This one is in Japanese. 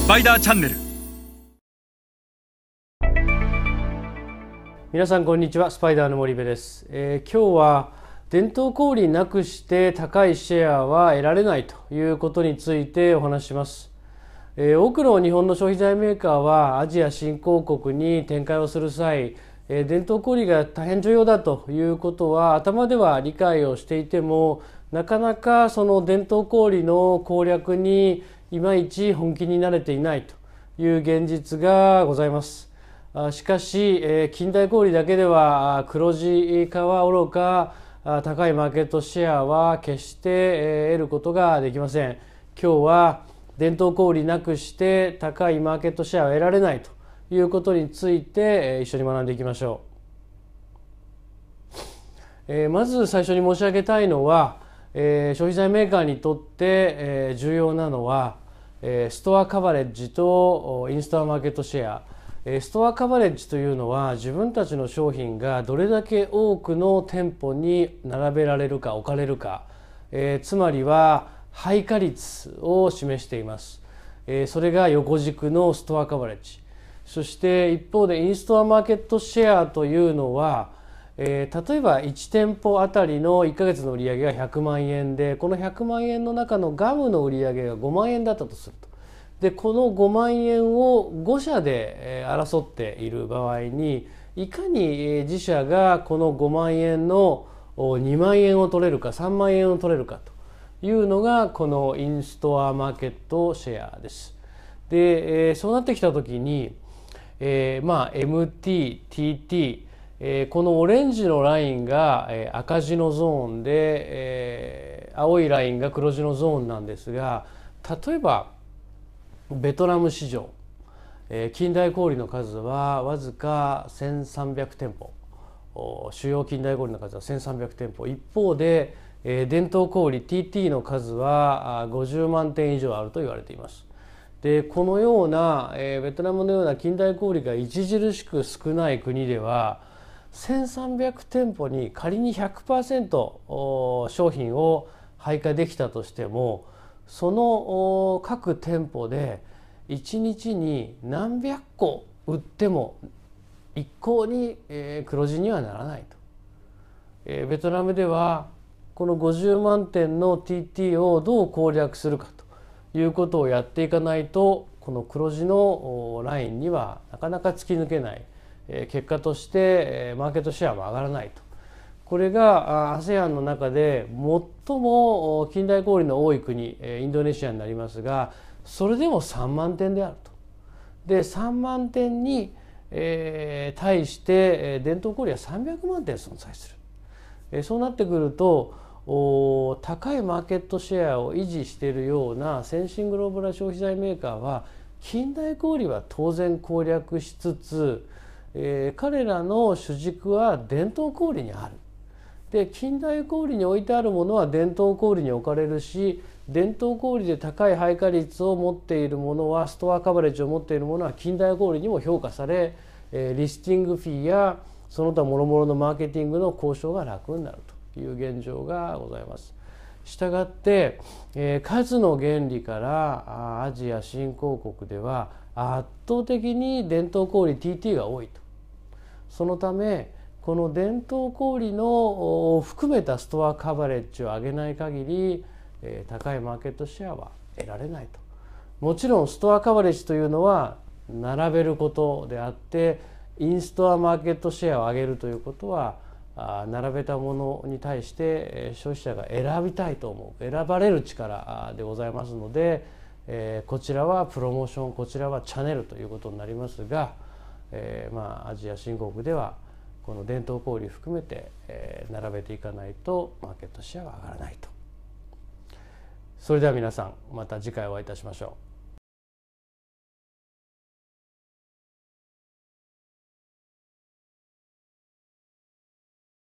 パイダーチャンネル。 皆さんこんにちは、スパイダーの森部です。今日は伝統小売なくして高いシェアは得られないということについてお話しします。多くの日本の消費財メーカーはアジア新興国に展開をする際、伝統小売が大変重要だということは頭では理解をしていても、なかなかその伝統小売の攻略にいまいち本気になれていないという現実がございます。しかし近代小売だけでは黒字化はおろか高いマーケットシェアは決して得ることができません。今日は伝統小売なくして高いマーケットシェアを得られないということについて一緒に学んでいきましょう。まず最初に申し上げたいのは、消費財メーカーにとって重要なのはストアカバレッジとインストアマーケットシェア。ストアカバレッジというのは自分たちの商品がどれだけ多くの店舗に並べられるか置かれるか、つまりは配下率を示しています。それが横軸のストアカバレッジ。そして一方でインストアマーケットシェアというのは、例えば1店舗あたりの1ヶ月の売上が100万円で、この100万円の中のガムの売上が5万円だったとすると。でこの5万円を5社で争っている場合に、いかに自社がこの5万円の2万円を取れるか3万円を取れるかというのがこのインストアマーケットシェアです。でそうなってきた時に、MT、TT、このオレンジのラインが赤字のゾーンで、青いラインが黒字のゾーンなんですが、例えばベトナム市場、近代小売の数はわずか1300店舗、主要近代小売の数は1300店舗、一方で伝統小売 TT の数は50万店以上あると言われています。でこのようなベトナムのような近代小売が著しく少ない国では、1300店舗に仮に 100% 商品を配下できたとしても、その各店舗で1日に何百個売っても一向に黒字にはならないと。ベトナムではこの50万店の TT をどう攻略するかということをやっていかないと、この黒字のラインにはなかなか突き抜けない。結果としてマーケットシェアも上がらないと。これが ASEAN の中で最も近代小売の多い国、インドネシアになりますが、それでも3万店であると。で3万店に、対して伝統小売は300万店存在する。そうなってくると高いマーケットシェアを維持しているような先進グローバル消費財メーカーは近代小売は当然攻略しつつ、彼らの主軸は伝統小売にある。で近代小売に置いてあるものは伝統小売に置かれるし、伝統小売で高い配下率を持っているものは、ストアカバレッジを持っているものは近代小売にも評価され、リスティングフィーやその他諸々のマーケティングの交渉が楽になるという現状がございます。したがって、数の原理からアジア新興国では圧倒的に伝統小売 TT が多いと。そのためこの伝統小売の含めたストアカバレッジを上げない限り高いマーケットシェアは得られないと。もちろんストアカバレッジというのは並べることであって、インストアマーケットシェアを上げるということは並べたものに対して消費者が選びたいと思う、選ばれる力でございますので、こちらはプロモーション、こちらはチャンネルということになりますが、アジア新興ではこの伝統小売含めて並べていかないとマーケットシェアは上がらないと。それでは皆さん、また次回お会いいたしましょう。